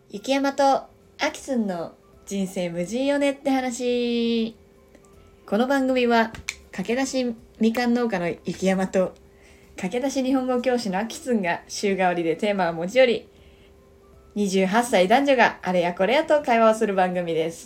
雪山とアキスンの人生無人よねって話。この番組は駆け出しみかん農家の雪山と駆け出し日本語教師のアキスンが週替わりでテーマを持ち寄り、28歳男女があれやこれやと会話をする番組です。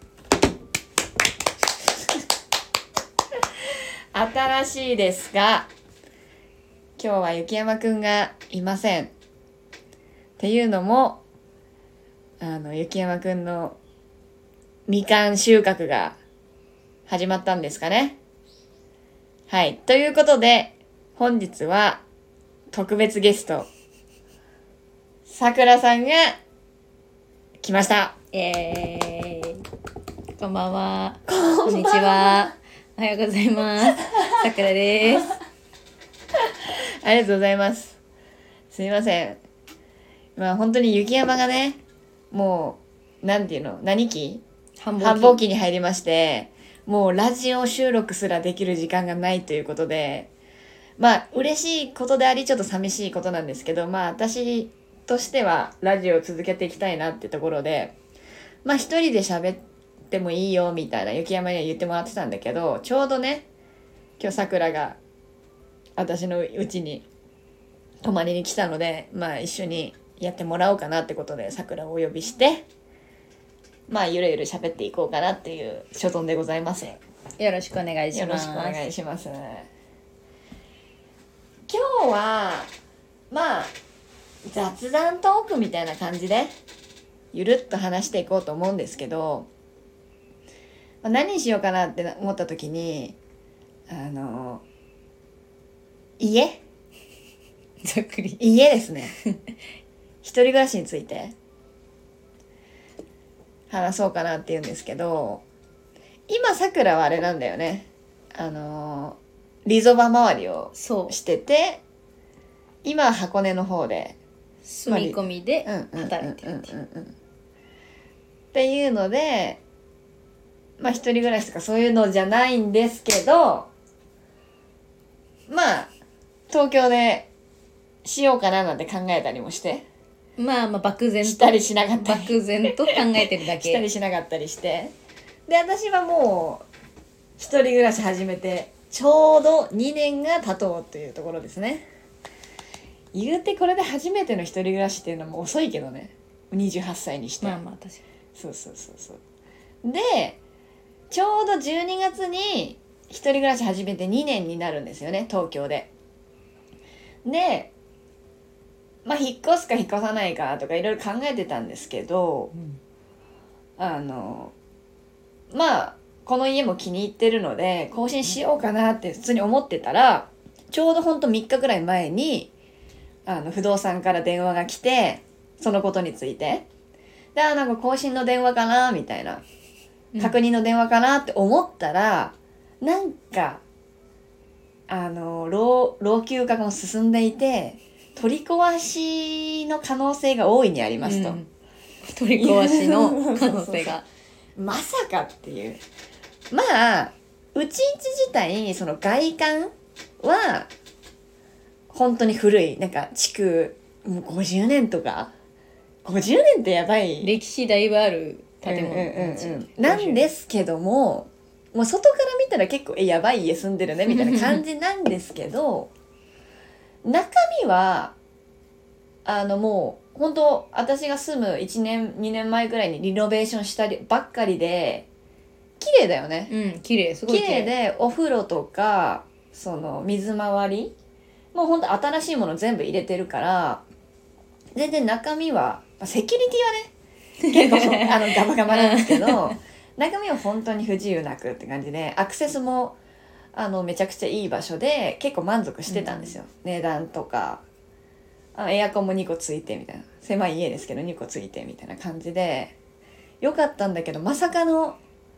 新しいですが、今日は雪山くんがいません。っていうのも雪山くんのみかん収穫が始まったんですかね。はい。ということで、本日は特別ゲスト、さくらさんが来ました。 こんばんは。こんにちは。おはようございます。さくらです。 ありがとうございます。すいません。本当に雪山がね、もう、なんていうの、何期？繁忙期に入りまして、もうラジオ収録すらできる時間がないということで、嬉しいことであり、ちょっと寂しいことなんですけど、私としてはラジオを続けていきたいなってところで、一人で喋ってもいいよみたいな雪山には言ってもらってたんだけど、ちょうどね、今日さくらが私のうちに泊まりに来たので、一緒にやってもらおうかなってことでさくらをお呼びして、ゆるゆる喋っていこうかなっていう所存でございます。 よろしくお願いします。 よろしくお願いします。今日は雑談トークみたいな感じでゆるっと話していこうと思うんですけど、何にしようかなって思った時に家ざっくり家ですね。一人暮らしについて話そうかなっていうんですけど、今さくらはあれなんだよね、リゾバ周りをしてて、今は箱根の方で住み込みで働いてるっていうので、一人暮らしとかそういうのじゃないんですけど、東京でしようかななんて考えたりもして、 漠然としたりしなかったり漠然と考えてるだけしたりしなかったりして、で私はもう一人暮らし始めてちょうど2年が経とうというところですね。言うてこれで初めての一人暮らしっていうのも遅いけどね、28歳にして。 確かにそうで、ちょうど12月に一人暮らし始めて2年になるんですよね、東京で。で引っ越すか引っ越さないかとかいろいろ考えてたんですけど、この家も気に入ってるので更新しようかなって普通に思ってたら、ちょうどほんと3日ぐらい前に不動産から電話が来て、そのことについてで、なんか更新の電話かなみたいな、確認の電話かなって思ったら、なんか老朽化も進んでいて取り壊しの可能性が大いにありますと、 取り壊しの可能性がまさかっていう。うちんち自体その外観は本当に古い、なんか築もう50年とか、50年ってやばい歴史だいぶある建物、 なんですけども、もう外から見たら結構やばい家住んでるねみたいな感じなんですけど中身はもう本当私が住む1年2年前ぐらいにリノベーションしたりばっかりで綺麗だよね。 綺麗、すごい綺麗で、お風呂とかその水回りもう本当新しいもの全部入れてるから、全然中身はセキュリティはね結構ガバガバなんですけど中身は本当に不自由なくって感じで、アクセスもめちゃくちゃいい場所で結構満足してたんですよ、値段とか。エアコンも2個ついてみたいな、狭い家ですけど2個ついてみたいな感じでよかったんだけど、まさかの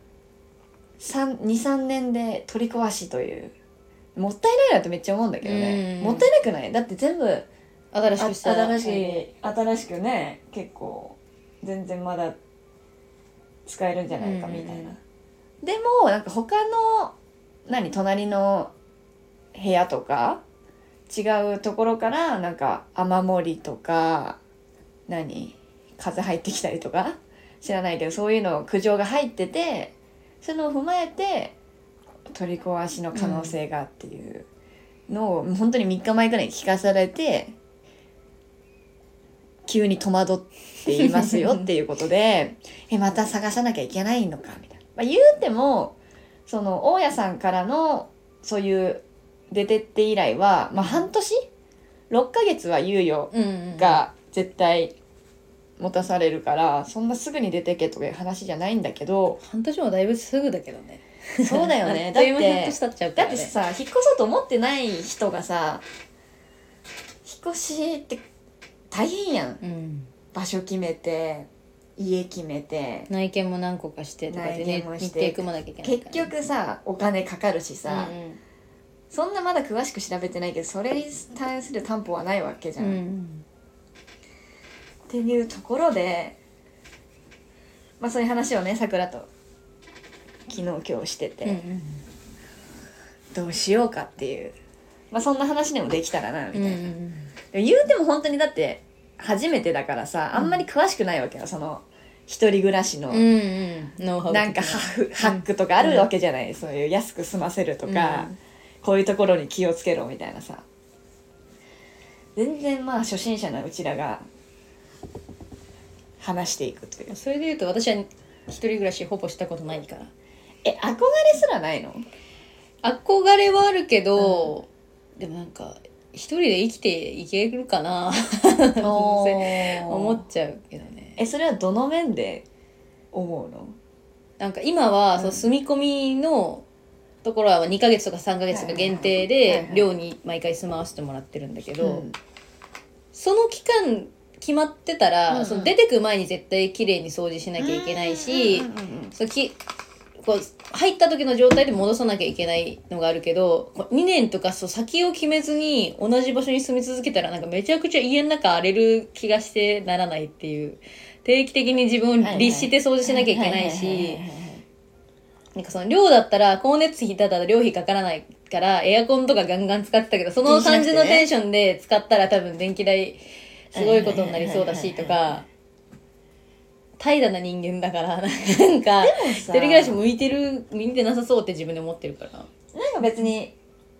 2,3 年で取り壊しという。もったいないなってめっちゃ思うんだけどね。もったいなくない？だって全部新しくした新しくね、結構全然まだ使えるんじゃないかみたいな。でもなんか他の隣の部屋とか違うところからなんか雨漏りとか風入ってきたりとか知らないけど、そういうの苦情が入ってて、そういうのを踏まえて取り壊しの可能性がっていうのを本当に3日前くらいに聞かされて、急に戸惑っていますよっていうことでまた探さなきゃいけないのかみたいな、言うてもその大家さんからのそういう出てって以来は、半年6ヶ月は猶予が絶対持たされるから、そんなすぐに出てけという話じゃないんだけど、 半年もだいぶすぐだけどね。 そうだよね。 だってだってさ、引っ越そうと思ってない人がさ、引っ越しって大変やん、場所決めて家決めて内見も何個かしてとかで、ね、日程組まなきゃいけないから、 結局さお金かかるしさ、そんなまだ詳しく調べてないけど、それに対する担保はないわけじゃん、っていうところで、そういう話をねさくらと昨日今日してて、どうしようかっていう、そんな話でもできたらなみたいな、言うても本当にだって初めてだからさ、あんまり詳しくないわけよ、その一人暮らしのノウハウなんかハックとかあるわけじゃない、そういう安く済ませるとか、こういうところに気をつけろみたいなさ、全然初心者なうちらが話していくという。 それでいうと私は一人暮らしほぼしたことないから。 憧れすらないの？ 憧れはあるけど、でもなんか一人で生きていけるかなって思っちゃうけどね。 それはどの面で思うの？ なんか今はその住み込みのところは2ヶ月とか3ヶ月とか限定で寮に毎回住まわせてもらってるんだけど、その期間決まってたら、その出てく前に絶対綺麗に掃除しなきゃいけないし、こう入った時の状態で戻さなきゃいけないのがあるけど、2年とか先を決めずに同じ場所に住み続けたらなんかめちゃくちゃ家の中荒れる気がしてならないっていう、定期的に自分を律して掃除しなきゃいけないし、なんかその寮だったら光熱費引いたら寮費かからないからエアコンとかガンガン使ってたけど、その感じのテンションで使ったら多分電気代すごいことになりそうだしとか、怠惰な人間だからなんか一人暮らし向いてなさそうって自分で思ってるから、 なんか別に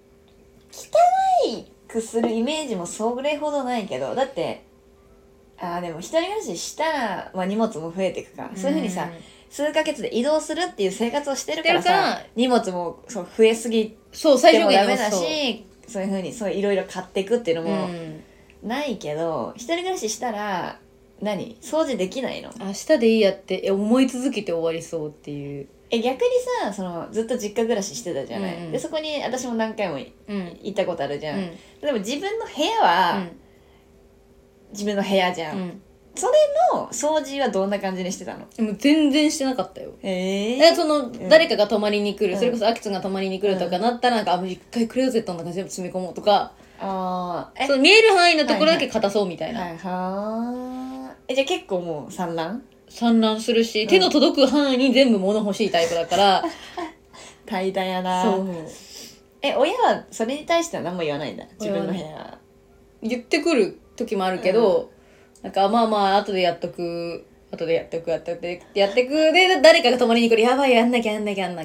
汚くするイメージもそれほどないけど、だってでも一人暮らししたら、荷物も増えていくから、そういうふうにさ数ヶ月で移動するっていう生活をしてるからさ、荷物も増えすぎてもダメだし、そういうふうにいろいろ買っていくっていうのもないけど、一人暮らししたら掃除できないの？ 明日でいいやって思い続けて終わりそうっていう。 逆にさ、ずっと実家暮らししてたじゃない、でそこに私も何回も行ったことあるじゃん、でも自分の部屋は、自分の部屋じゃん、それの掃除はどんな感じにしてたの？ でも全然してなかったよ。誰かが泊まりに来る、それこそアキツが泊まりに来るとかなったら、なんか一回クローゼットの中全部詰め込もうとか、その見える範囲のところだけ片そうみたいな。 じゃあ結構もう散乱するし、手の届く範囲に全部物欲しいタイプだから怠惰やな。そう。親はそれに対しては何も言わないんだ？自分の部屋言ってくる時もあるけど、なんか後でやっとくやってくで、誰かが泊まりに来る、やばい、やんなきゃみたいな。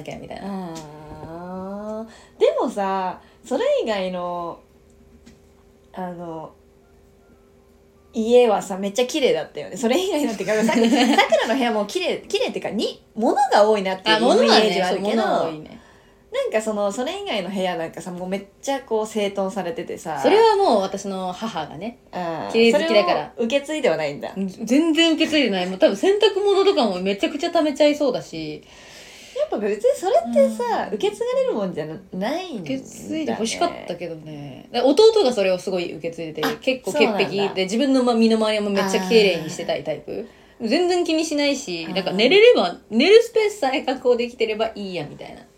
でもさ、それ以外の家はさめっちゃ綺麗だったよね。それ以外のってかさくらの部屋も綺麗っていうか物が多いなっていうイメージはあるけど、なんかそれ以外の部屋なんかさもうめっちゃ整頓されててさ、 それはもう私の母がね綺麗好きだから。 それを受け継いではないんだ？ 全然受け継いでない。もう多分洗濯物とかもめちゃくちゃ溜めちゃいそうだし、 やっぱ別にそれってさ、受け継がれるもんじゃないんだ、ね、 受け継いで欲しかったけどね。弟がそれをすごい受け継いでて、結構潔癖で自分の身の回りもめっちゃ綺麗にしてたいタイプ。全然気にしないし、なんか寝るスペースさえ確保できてればいいやみたいな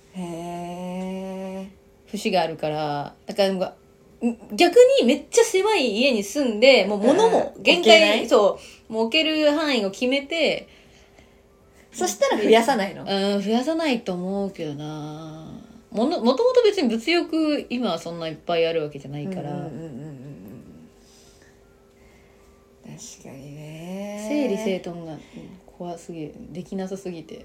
節があるから、だから逆にめっちゃ狭い家に住んで、もう物も限界、もう置ける範囲を決めて、 そしたら増やさないの？ 増やさないと思うけどな。もともと別に物欲今はそんないっぱいあるわけじゃないから。 確かにね。 整理整頓が怖すぎる、できなさすぎて。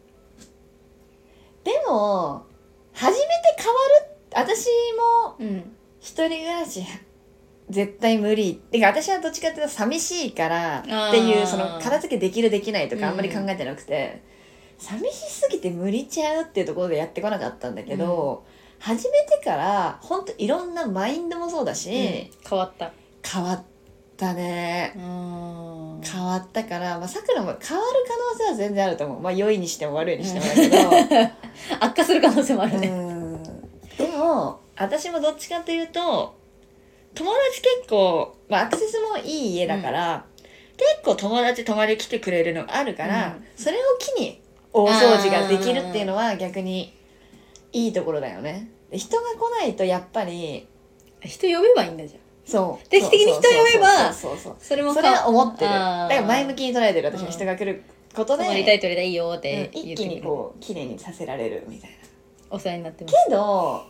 でも初めて変わる、私も一人暮らし絶対無理ってか、私はどっちかっていうと寂しいからっていう、その片付けできるできないとかあんまり考えてなくて、寂しすぎて無理ちゃうっていうところでやってこなかったんだけど、始めてからほんといろんなマインドもそうだし、 変わった。 変わったね。変わったから、さくらも変わる可能性は全然あると思う。良いにしても悪いにしてもだけど悪化する可能性もあるね。 でも私もどっちかというと、友達結構、アクセスもいい家だから、結構友達泊まり来てくれるのがあるから、それを機に大掃除ができるっていうのは逆にいいところだよね。で人が来ないとやっぱり人呼べばいいんだじゃん。 そう定期的に人呼べばそれは思ってる。だから前向きに捉えてる。私も人が来ることで、 泊まりたいとりたいいよって言って一気にこう綺麗にさせられるみたいな。 お世話になってますけど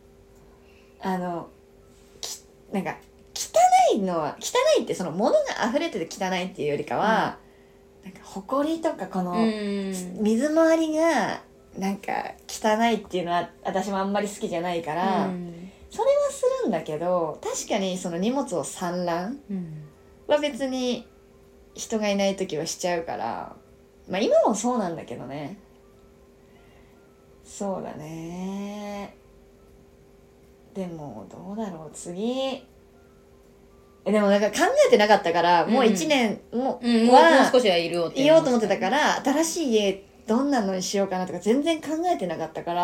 なんか汚いのは、汚いってその物が溢れてて汚いっていうよりかは、なんか埃とかこの水回りがなんか汚いっていうのは私もあんまり好きじゃないから、それはするんだけど、確かにその荷物を散乱は別に人がいない時はしちゃうから、今もそうなんだけどね。そうだね。でもどうだろう次。でもなんか考えてなかったから、もう1年もう少しはいるよっていようと思ってたから、新しい家どんなのにしようかなとか全然考えてなかったから、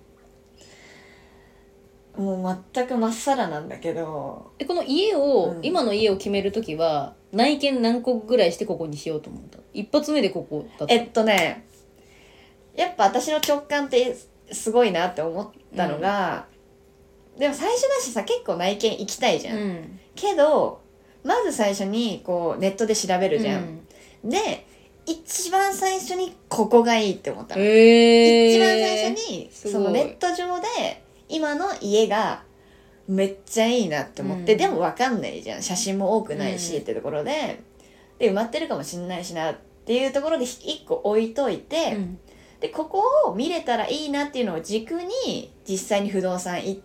もう全くまっさらなんだけど。 この家を、今の家を決めるときは内見何個ぐらいしてここにしようと思った？一発目でここだった？ やっぱ私の直感ってすごいなって思ったのが、でも最初だしさ、結構内見行きたいじゃん、けどまず最初にこうネットで調べるじゃん、で一番最初にここがいいって思ったの、一番最初にそのネット上で今の家がめっちゃいいなって思って、でも分かんないじゃん、写真も多くないしってところで、埋まってるかもしんないしなっていうところで1個置いといて、でここを見れたらいいなっていうのを軸に実際に不動産行って、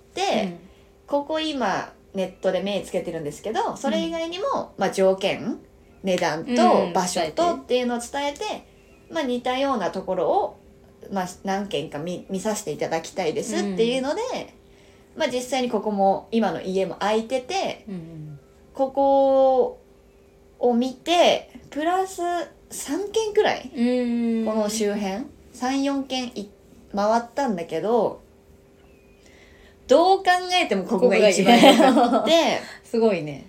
ここ今ネットで目つけてるんですけど、それ以外にも、条件、値段と場所とっていうのを伝えて、似たようなところを、何軒か 見させていただきたいですっていうので、実際にここも今の家も空いてて、ここを見てプラス3軒くらい、この周辺 3,4 軒回ったんだけど、どう考えてもここが一番良かってすごいね。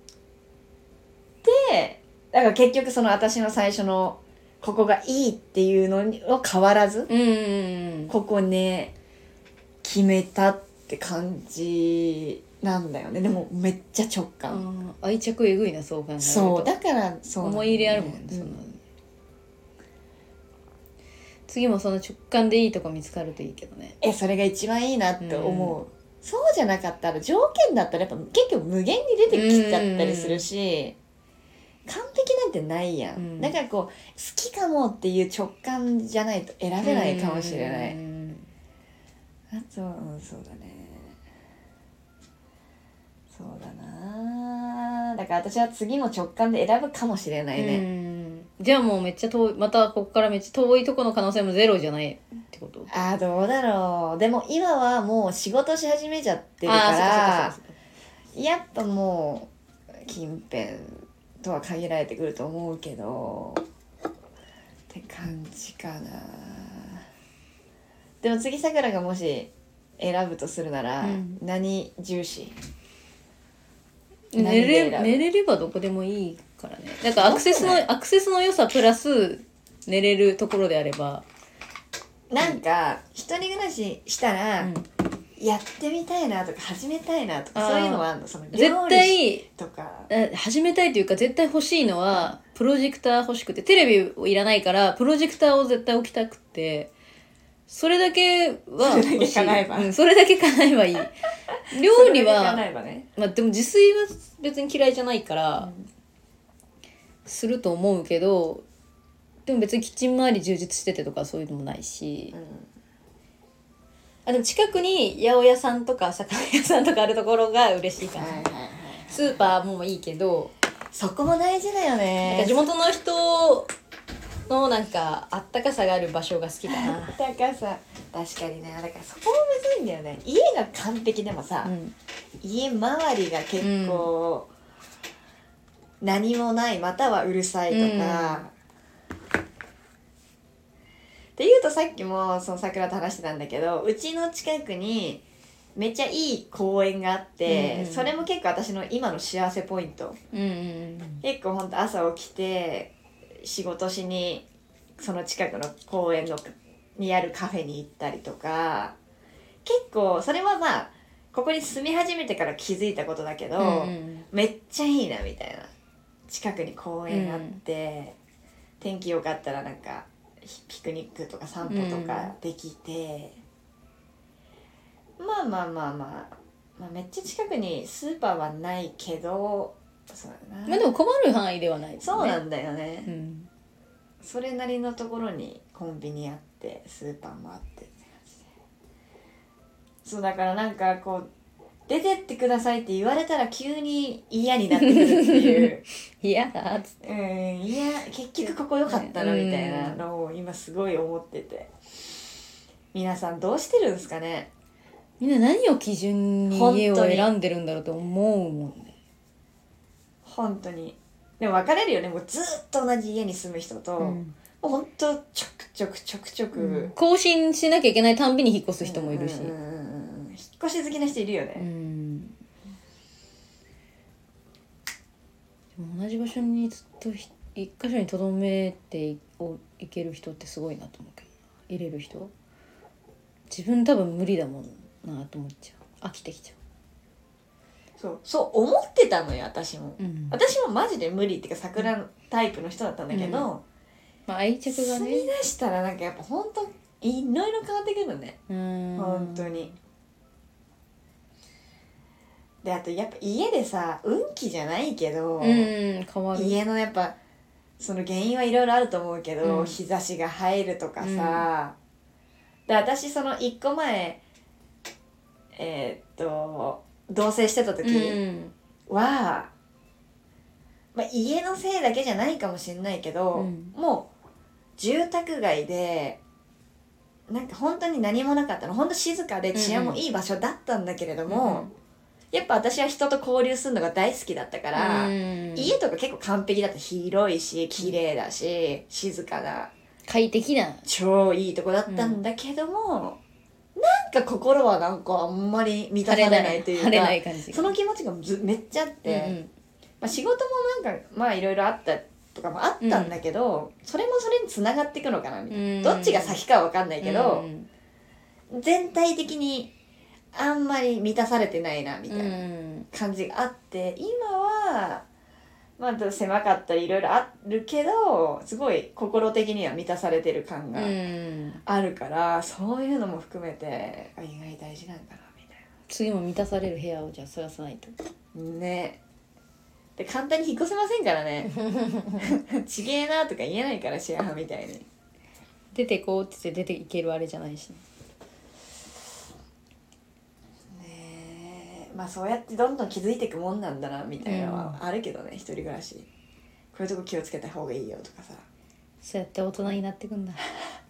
でだから結局その私の最初のここがいいっていうのを変わらず、ここね決めたって感じなんだよね。でもめっちゃ直感、 愛着えぐいな、そう考えると。 そうだからそうなんだよね、 思い入れあるもんね、そんなの。次もその直感でいいとこ見つかるといいけどね。 それが一番いいなって思う、そうじゃなかったら条件だったらやっぱ結局無限に出てきちゃったりするし、完璧なんてないやん、だからこう好きかもっていう直感じゃないと選べないかもしれない、あとそうだね、そうだな、だから私は次も直感で選ぶかもしれないね。 じゃあもうめっちゃ遠い、またここからめっちゃ遠いとこの可能性もゼロじゃないってこと？ どうだろう。でも今はもう仕事し始めちゃってるからやっぱもう近辺とは限られてくると思うけどって感じかな。でも次さくらがもし選ぶとするなら、何重視？ 寝れればどこでもいいからね。だからアクセスの良さプラス寝れるところであれば、 なんか一人暮らししたら、やってみたいなとか始めたいなとかそういうのはあるの？その料理とか始めたいというか絶対欲しいのはプロジェクター欲しくて、テレビいらないからプロジェクターを絶対置きたくて、それだけは欲しい。それだけ叶えば、それだけ叶えばいい。料理は、でも自炊は別に嫌いじゃないから、 すると思うけど、でも別にキッチン周り充実しててとかそういうのもないし、あ、でも近くに八百屋さんとか魚屋さんとかあるところが嬉しいかな、スーパーもいいけど、 そこも大事だよなんね。 か地元の人のなんかあったかさがある場所が好きかな。 高さ確かにね。だからそこもむずいんだよね。家が完璧でもさ、家周りが結構、何もないまたはうるさいとか、っていうとさっきもその桜と話してたんだけど、うちの近くにめっちゃいい公園があって、それも結構私の今の幸せポイント、結構ほんと朝起きて仕事しにその近くの公園にあるカフェに行ったりとか、結構それはまあここに住み始めてから気づいたことだけど、めっちゃいいなみたいな。近くに公園あって、天気良かったらなんかピクニックとか散歩とかできて、まあめっちゃ近くにスーパーはないけど、そうだな。 まあでも困る範囲ではないですね。 そうなんだよね、それなりのところにコンビニあってスーパーもあってって感じで、そうだからなんかこう出てってくださいって言われたら急に嫌になってくるっていう嫌だっつって、 いや結局ここ良かったなみたいなのを今すごい思ってて、皆さんどうしてるんですかね。 みんな何を基準に家を選んでるんだろうと思うもんね。 本当に。でも分かれるよね。もうずっと同じ家に住む人と、もう本当ちょくちょく、 更新しなきゃいけないたんびに引っ越す人もいるし、 引っ越し好きな人いるよね。 でも同じ場所にずっと一箇所にとどめていける人ってすごいなと思うけど、入れる人、自分多分無理だもんなと思っちゃう。飽きてきちゃそう思ってたのよ私も、私もマジで無理っていうか桜タイプの人だったんだけど、 まあ愛着がね、 住み出したらなんかやっぱ本当いろいろ変わってくるのね。本当に。であとやっぱ家でさ、運気じゃないけど、 変わる。 家のやっぱその原因はいろいろあると思うけど、日差しが入るとかさ、で私その1個前同棲してた時は、まあ、家のせいだけじゃないかもしれないけど、もう住宅街でなんか本当に何もなかったの。本当静かで治安もいい場所だったんだけれども、やっぱ私は人と交流するのが大好きだったから、家とか結構完璧だった。広いし綺麗だし静かな快適な超いいとこだったんだけども、なんか心はなんかあんまり満たされないというか、 晴れない感じ、 その気持ちがめっちゃあって、まあ、仕事もなんかまあいろいろあったとかもあったんだけど、それもそれにつながっていくのかなみたいな、どっちが先かは分かんないけど、全体的にあんまり満たされてないなみたいな感じがあって、今はまあ狭かったりいろいろあるけど、すごい心的には満たされてる感があるから、そういうのも含めて意外大事なんだなみたいな。 次も満たされる部屋をじゃあ探さないとね。で簡単に引っ越せませんからねちげえなとか言えないから、シェア派みたいに出てこうって言って出ていけるあれじゃないしね。 まあそうやってどんどん気づいていくもんなんだなみたいなのはあるけどね、一人暮らしこういうとこ気をつけた方がいいよとかさ、 そうやって大人になっていくんだ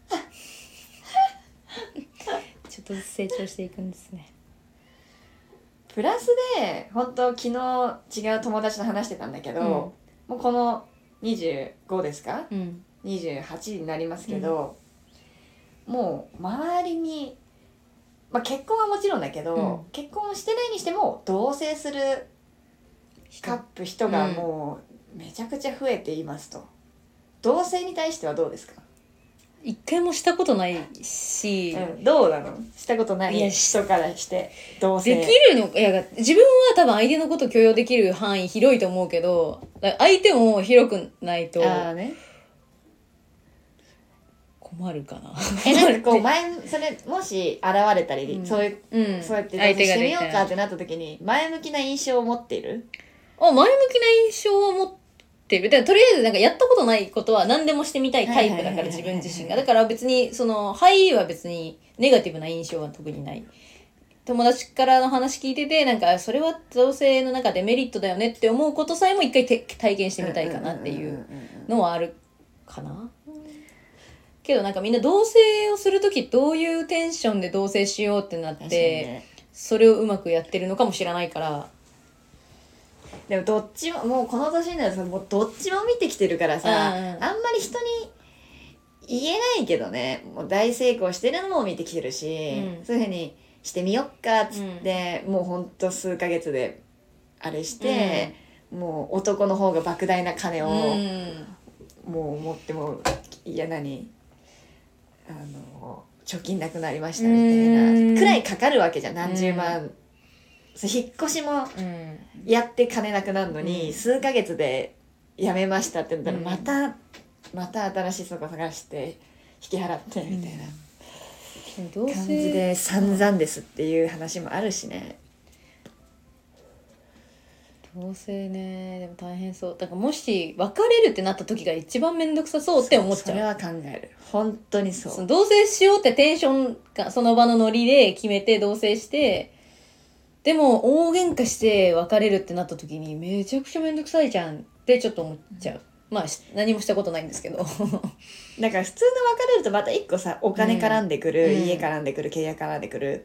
ちょっとずつ成長していくんですね。 プラスで本当昨日違う友達と話してたんだけど、もうこの25ですか、28になりますけど、もう周りに、まあ、結婚はもちろんだけど、結婚してないにしても同棲する人がもうめちゃくちゃ増えていますと。同棲に対してはどうですか？ 一回もしたことないし、 どうなの？したことない人からして同棲できるのか。いや自分は多分相手のことを許容できる範囲広いと思うけど、相手も広くないと困るかな。 なんかこうそれもし現れたり、そうやってしてみようかってなった時に前向きな印象を持っている？ 前向きな印象は持ってる。でとりあえずなんかやったことないことは何でもしてみたいタイプだから、 はいはいはいはい自分自身が。だから別にその入りは別にネガティブな印象は特にない。友達からの話聞いてて、なんかそれは同性の中でメリットだよねって思うことさえも一回体験してみたいかなっていうのはあるかな。けどなんかみんな同棲をするときどういうテンションで同棲しようってなっ確かにて、 ね。 それをうまくやってるのかもしれないから。 でもどっちももうこの年になるともうどっちも見てきてるからさ、 うんうんあんまり人に言えないけどね、もう大成功してるのも見てきてるし、 うんそういうふうにしてみよっかっつって、もうほんと数ヶ月であれして、もう男の方が莫大な金を、もう持っても貯金なくなりましたみたいなくらいかかるわけじゃん、何十万。引っ越しもやって金なくなるのに、数ヶ月で辞めましたって言ったら、また新しいとこ探して引き払ってみたいな感じで散々ですっていう話もあるしね。 同棲ね、でも大変そう。だからもし別れるってなった時が一番めんどくさそうって思っちゃう。 それは考える。本当にそう。 その同棲しようってテンションがその場のノリで決めて同棲して、でも大喧嘩して別れるってなった時にめちゃくちゃめんどくさいじゃんってちょっと思っちゃう。まあ何もしたことないんですけど。 だから普通の別れるとまた一個さ、お金絡んでくる、家絡んでくる、契約絡んでくるって、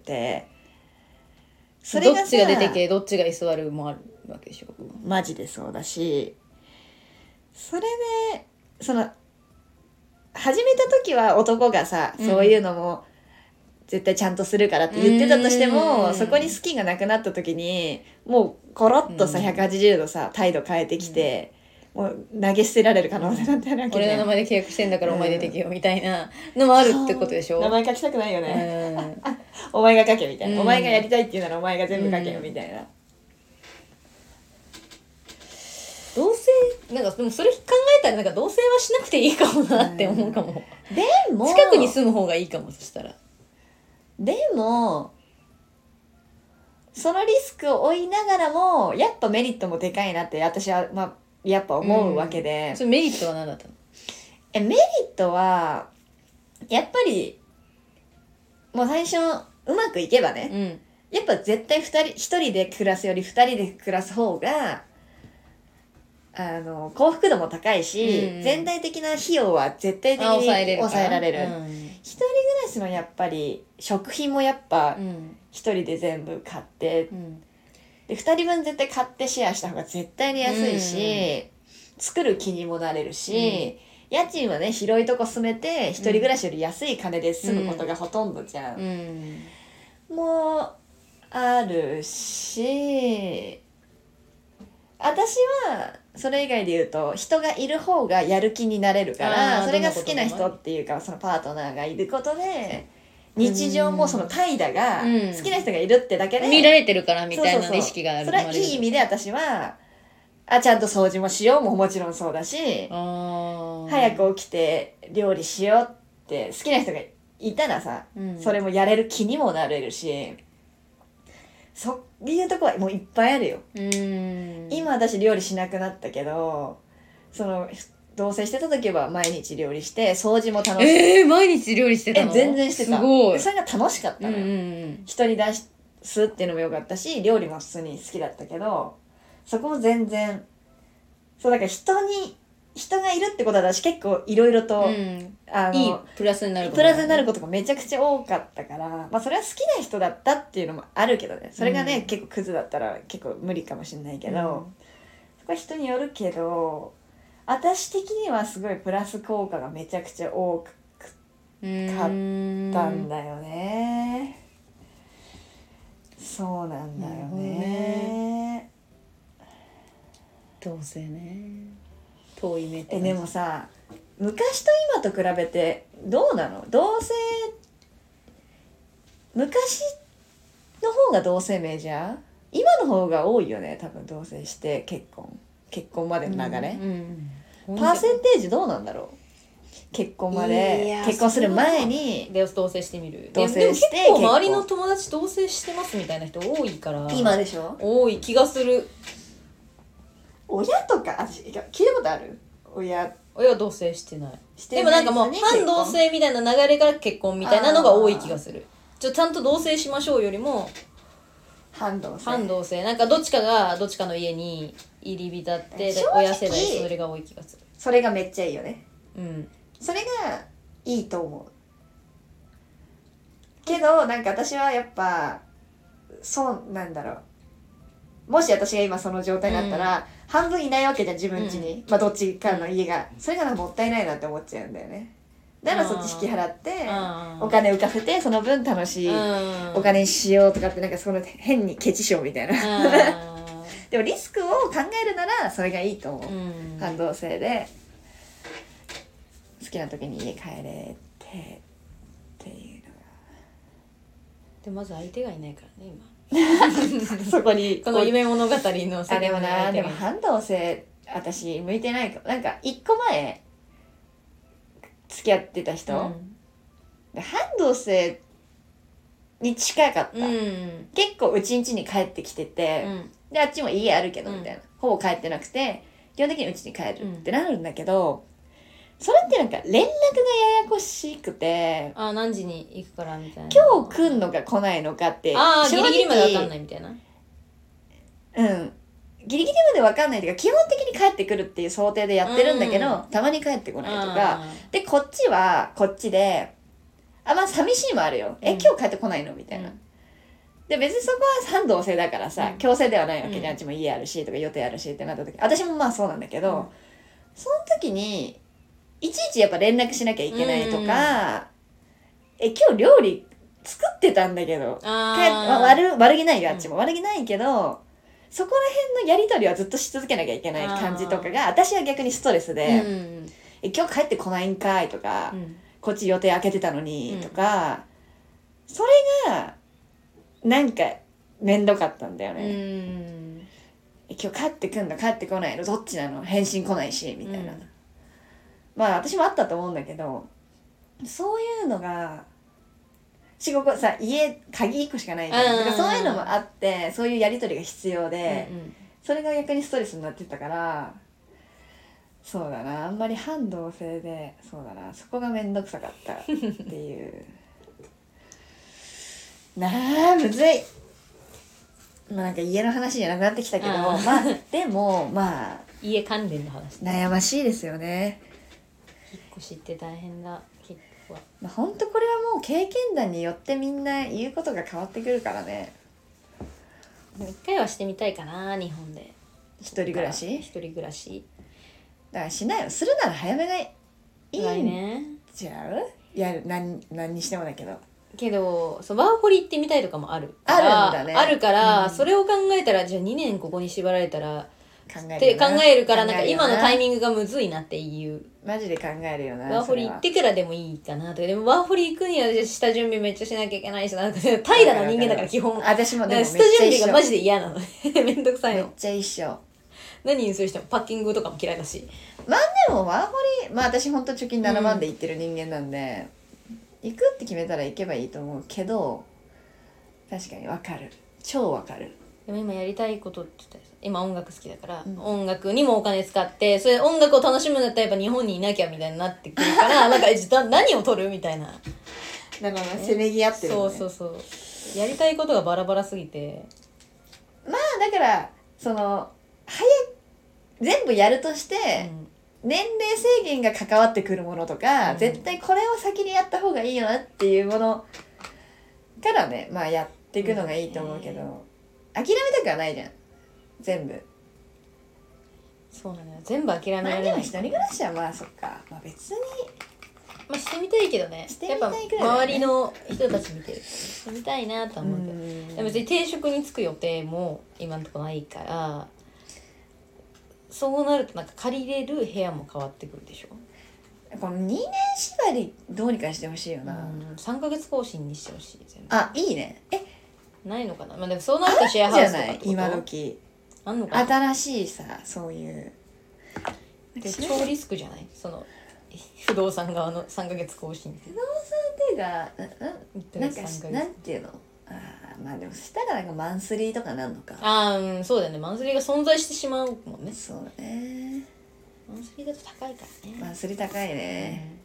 それがどっちが出てけどっちが居座るもあるわけでしょ。 マジでそうだし、それでその始めた時は男がさ、そういうのも絶対ちゃんとするからって言ってたとしても、そこに好きがなくなった時にもうコロッとさ、180度さ態度変えてきて、もう投げ捨てられる可能性だったわけ俺の名前で契約してんだからお前出てけよみたいなのもあるってことでしょ。 名前書きたくないよね、お前が書けみたいな、お前がやりたいって言うならお前が全部書けよみたいな。 同棲なんかでもそれ考えたらなんか同棲はしなくていいかもなって思うかも。 でも近くに住む方がいいかも。そしたらでもそのリスクを負いながらもやっぱメリットもでかいなって私はやっぱ思うわけで、 それメリットは何だったの？ メリットはやっぱりもう最初うまくいけばね、やっぱ絶対1人で暮らすより2人で暮らす方が幸福度も高いし、全体的な費用は絶対的に抑えられる。一人暮らしのやっぱり食費もやっぱ一人で全部買って、で2人分絶対買ってシェアした方が絶対に安いし、作る気にもなれるし、家賃はね広いとこ住めて一人暮らしより安い金で住むことがほとんどじゃん、もうあるし、私はそれ以外で言うと人がいる方がやる気になれるから、それが好きな人っていうかそのパートナーがいることで日常もその怠惰が好きな人がいるってだけで見られてるからみたいな意識がある。 それはいい意味で私はちゃんと掃除もしようももちろんそうだし、早く起きて料理しようって好きな人がいたらさ、それもやれる気にもなれるし、そういうとこはもういっぱいあるよ。今私料理しなくなったけど、その同棲してた時は毎日料理して掃除も楽しい。 毎日料理してたの？ 全然してた。 すごい。 それが楽しかったのよ。人に出すっていうのもよかったし、料理も普通に好きだったけど、そこも全然そうだから人がいるってことは私結構いろいろと、いいプラスになることがめちゃくちゃ多かったから、それは好きな人だったっていうのもあるけどね、それがね、結構クズだったら結構無理かもしれないけど、そこは人によるけど、私的にはすごいプラス効果がめちゃくちゃ多かったんだよね。そうなんだよね。 同棲ね、遠い目って。 でもさ、昔と今と比べてどうなの？同棲、昔の方が同棲メジャー？今の方が多いよね、多分同棲して結婚までの流れ、パーセンテージどうなんだろう。結婚まで結婚する前に同棲してみる。 同棲して、 でも結構周りの友達同棲してますみたいな人多いから。 今でしょ？ 多い気がする。 親とか私聞いたことある？親は同棲してない。 してないでもなんかもう半同棲みたいな流れから結婚みたいなのが多い気がする。ちゃんと同棲しましょうよりも半同棲なんかどっちかがどっちかの家に入り浸って正直親世代それが多い気がする。 それがめっちゃいいよね。 うんそれがいいと思うけど、なんか私はやっぱそうなんだろう、もし私が今その状態になったら、半分いないわけじゃん自分家に、まあどっちかの家が、それがなんかもったいないなって思っちゃうんだよね。だからそっち引き払ってお金浮かせてその分楽しいお金にしようとかって、なんかその変にケチしようみたいなでもリスクを考えるならそれがいいと思う、半同棲で好きな時に家帰れっていうのがでまず相手がいないからね今そこにこの夢物語のあでもな、でも半同棲私向いてないかも。なんか1個前付き合ってた人、半同棲に近かった、結構うちん家に帰ってきてて、であっちも家あるけどみたいな、ほぼ帰ってなくて基本的にうちに帰るってなるんだけど、それってなんか連絡がややこしくて、 何時に行くからみたいな、 今日来んのか来ないのかってギリギリまで分かんないみたいな。 ギリギリまで分かんないというか、基本的に帰ってくるっていう想定でやってるんだけど、たまに帰ってこないとかで、こっちはこっちでまあ寂しいもあるよ、今日帰ってこないのみたいな、で別にそこは半同棲だからさ、強制ではないわけじゃん、あっちも家あるしとか予定あるしってなった時、私もまあそうなんだけど、その時にいちいちやっぱ連絡しなきゃいけないとか、今日料理作ってたんだけど、悪気ないよあっちも、悪気ないけど、そこら辺のやり取りはずっとし続けなきゃいけない感じとかが私は逆にストレスで、今日帰ってこないんかいとか、こっち予定空けてたのにとか、それがなんかめんどかったんだよね。今日帰ってくんの帰ってこないのどっちなの、返信来ないしみたいな、まあ私もあったと思うんだけど、そういうのがここさ家鍵1個しかないじゃん、だからそういうのもあってそういうやり取りが必要で、それが逆にストレスになってたから、そうだな、あんまり半同棲で、そうだな、そこがめんどくさかったっていうなあ、むずい。まあなんか家の話じゃなくなってきたけど、まあでもまあ家関連の話、 悩ましいですよね。 引っ越しって大変だ結構は。 まあ本当これはもう経験談によってみんな言うことが変わってくるからね。 でも一回はしてみたいかな、日本で一人暮らしだからしないよ。するなら早めがいいんちゃう？何にしてもだけど。 けどワーホリ行ってみたいとかもあるから、あるから、それを考えたらじゃあ2年ここに縛られたらって考えるから、なんか今のタイミングがむずいなっていう。 マジで考えるよな。 ワーホリ行ってからでもいいかなとか。でもワーホリ行くには下準備めっちゃしなきゃいけないし、なんか平らな人間だから基本。 私もでもめっちゃ下準備がマジで嫌なの。めんどくさいの。 めっちゃ一緒。 何にする人もパッキングとかも嫌いだし。 まあでもワーホリ、まあ私ほんと貯金7万で行ってる人間なんで、行くって決めたら行けばいいと思うけど、確かにわかる、超わかる。 でも今やりたいことって言ったら、今音楽好きだから、音楽にもお金使って、それ音楽を楽しむんだったらやっぱ日本にいなきゃみたいになってくるからなんか何を撮るみたいな。 だからせめぎ合ってるもんね。 そうやりたいことがバラバラすぎて、 まあだから全部やるとして、年齢制限が関わってくるものとか、絶対これを先にやった方がいいよなっていうものからね、まあやっていくのがいいと思うけど、諦めたくはないじゃん全部。 そうなのよ、全部諦められない。 まあでも一人暮らしはまあそっか、まあ別にまあしてみたいけどね。 してみたいくらいだね。 やっぱ周りの人たち見てるとしてみたいなとは思うけど、でも別に定職に就く予定も今のところないから、そうなるとなんか借りれる部屋も変わってくるでしょ。 この2年縛りどうにかしてほしいよな。 3ヶ月更新にしてほしい全部。 あ、いいね。 ないのかな。まあでもそうなるとシェアハウスとかってこと今時あんのかな。 新しいさ、そういう超リスクじゃない、その不動産側の3ヶ月更新って。 不動産っていうかなんかなんていうの、 まあでもそしたらなんかマンスリーとかなんのか。 そうだよね。マンスリーが存在してしまうもんね。 そうだね。 マンスリーだと高いからね。 マンスリー高いね、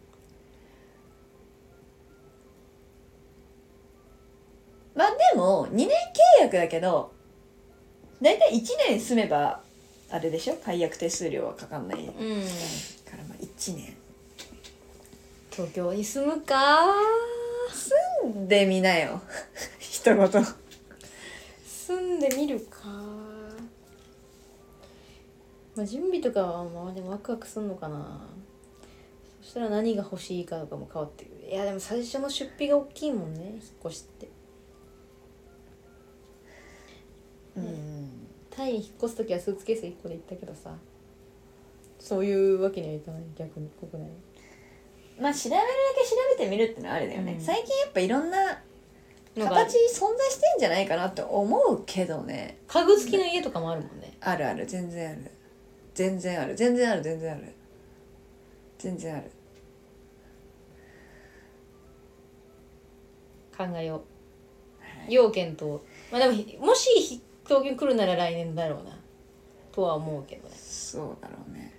まあでも2年契約だけどだいたい1年住めばあれでしょ、解約手数料はかかんないから、まあ1年東京に住むか。 住んでみなよ一言。 住んでみるか。まあ準備とかはまあでもワクワクすんのかな。そしたら何が欲しいかとかも変わってくる。いやでも最初の出費が大きいもんね、引っ越しって。タイに引っ越す時はスーツケース1個で行ったけどさ、そういうわけにはいかない。逆に国内まあ調べるだけ調べてみるってのはあれだよね、最近やっぱいろんな形存在してんじゃないかなって思うけどね。 家具付きの家とかもあるもんね。 あるある、全然ある全然ある全然ある全然ある全然ある。 考えよう、要件と。まあでももし東京来るなら来年だろうなとは思うけどね。 そうだろうね。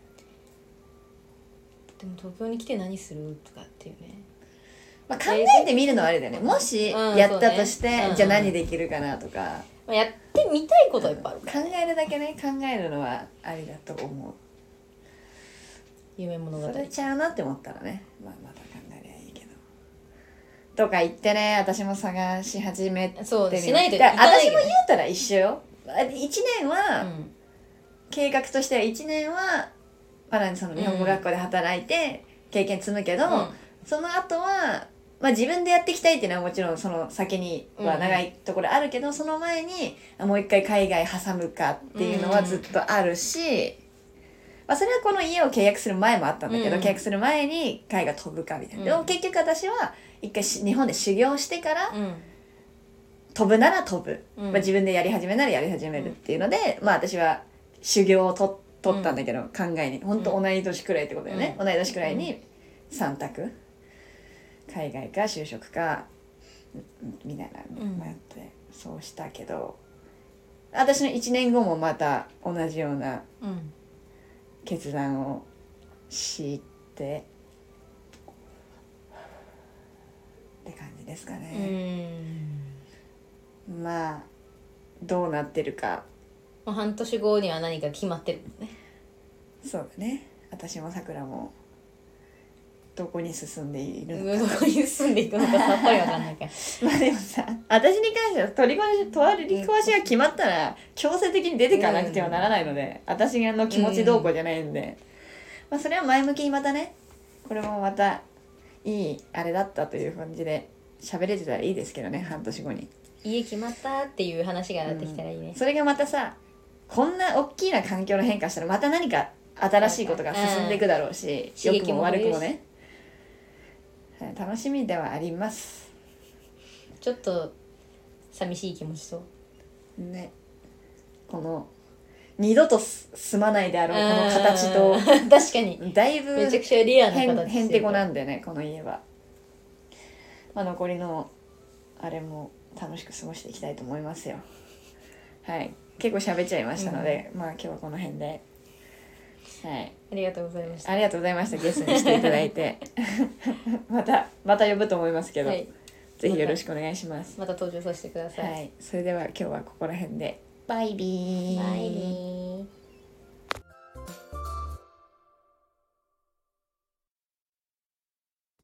でも東京に来て何するとかっていうね、 まあ、考えてみるのはあれだよね。もしやったとして、じゃあ何できるかなとか、 まあ、やってみたいことはいっぱいあるから、 考えるだけね、考えるのはありだと思う。 夢物語。 それちゃうなって思ったらね、まあ、また考えりゃいいけどとか言ってね、私も探し始めてみそうしないといだかないよね。 私も言うたら一緒よ。1年は、計画としては1年はまだその日本語学校で働いて経験積むけど、その後は、まあ、自分でやっていきたいっていうのはもちろんその先には長いところあるけど、その前にもう一回海外挟むかっていうのはずっとあるし、まあ、それはこの家を契約する前もあったんだけど、契約する前に海外飛ぶかみたいな、でも結局私は一回日本で修行してから、飛ぶなら飛ぶ、まあ、自分でやり始めならやり始めるっていうので、まあ私は修行を取ったんだけど、考えに本当同い年くらいってことだよね、同い年くらいに3択、海外か就職かみたいな迷って、そうしたけど、私の1年後もまた同じような決断をしてって感じですかね。まあどうなってるか、 半年後には何か決まってるもんね。 そうだね。私もさくらもどこに進んでいるのか、 どこに進んでいくのかさっぱりわかんないからまあでもさ、私に関しては取り壊しが決まったら強制的に出てかなくてはならないので、私の気持ちどうこうじゃないんで、まあそれは前向きにまたね、これもまたいいあれだったという感じで喋れてたらいいですけどね、半年後に家決まったっていう話がなってきたらいいね、 それがまたさ、こんな大きな環境の変化したらまた何か新しいことが進んでいくだろうし、良くも悪くもね、楽しみではあります。 ちょっと寂しい気持ちとね、この二度と住まないであろうこの形と確かにだいぶめちゃくちゃリアな形へんてこなんでね、この家は。まあ残りのあれも楽しく過ごしていきたいと思いますよ。はい、結構喋っちゃいましたので、まあ今日はこの辺で、はい、 ありがとうございました。 ありがとうございました。ゲストにしていただいてまた呼ぶと思いますけど、ぜひよろしくお願いします。 また登場させてください。 はい、それでは今日はここら辺でバイビー。 バイビー。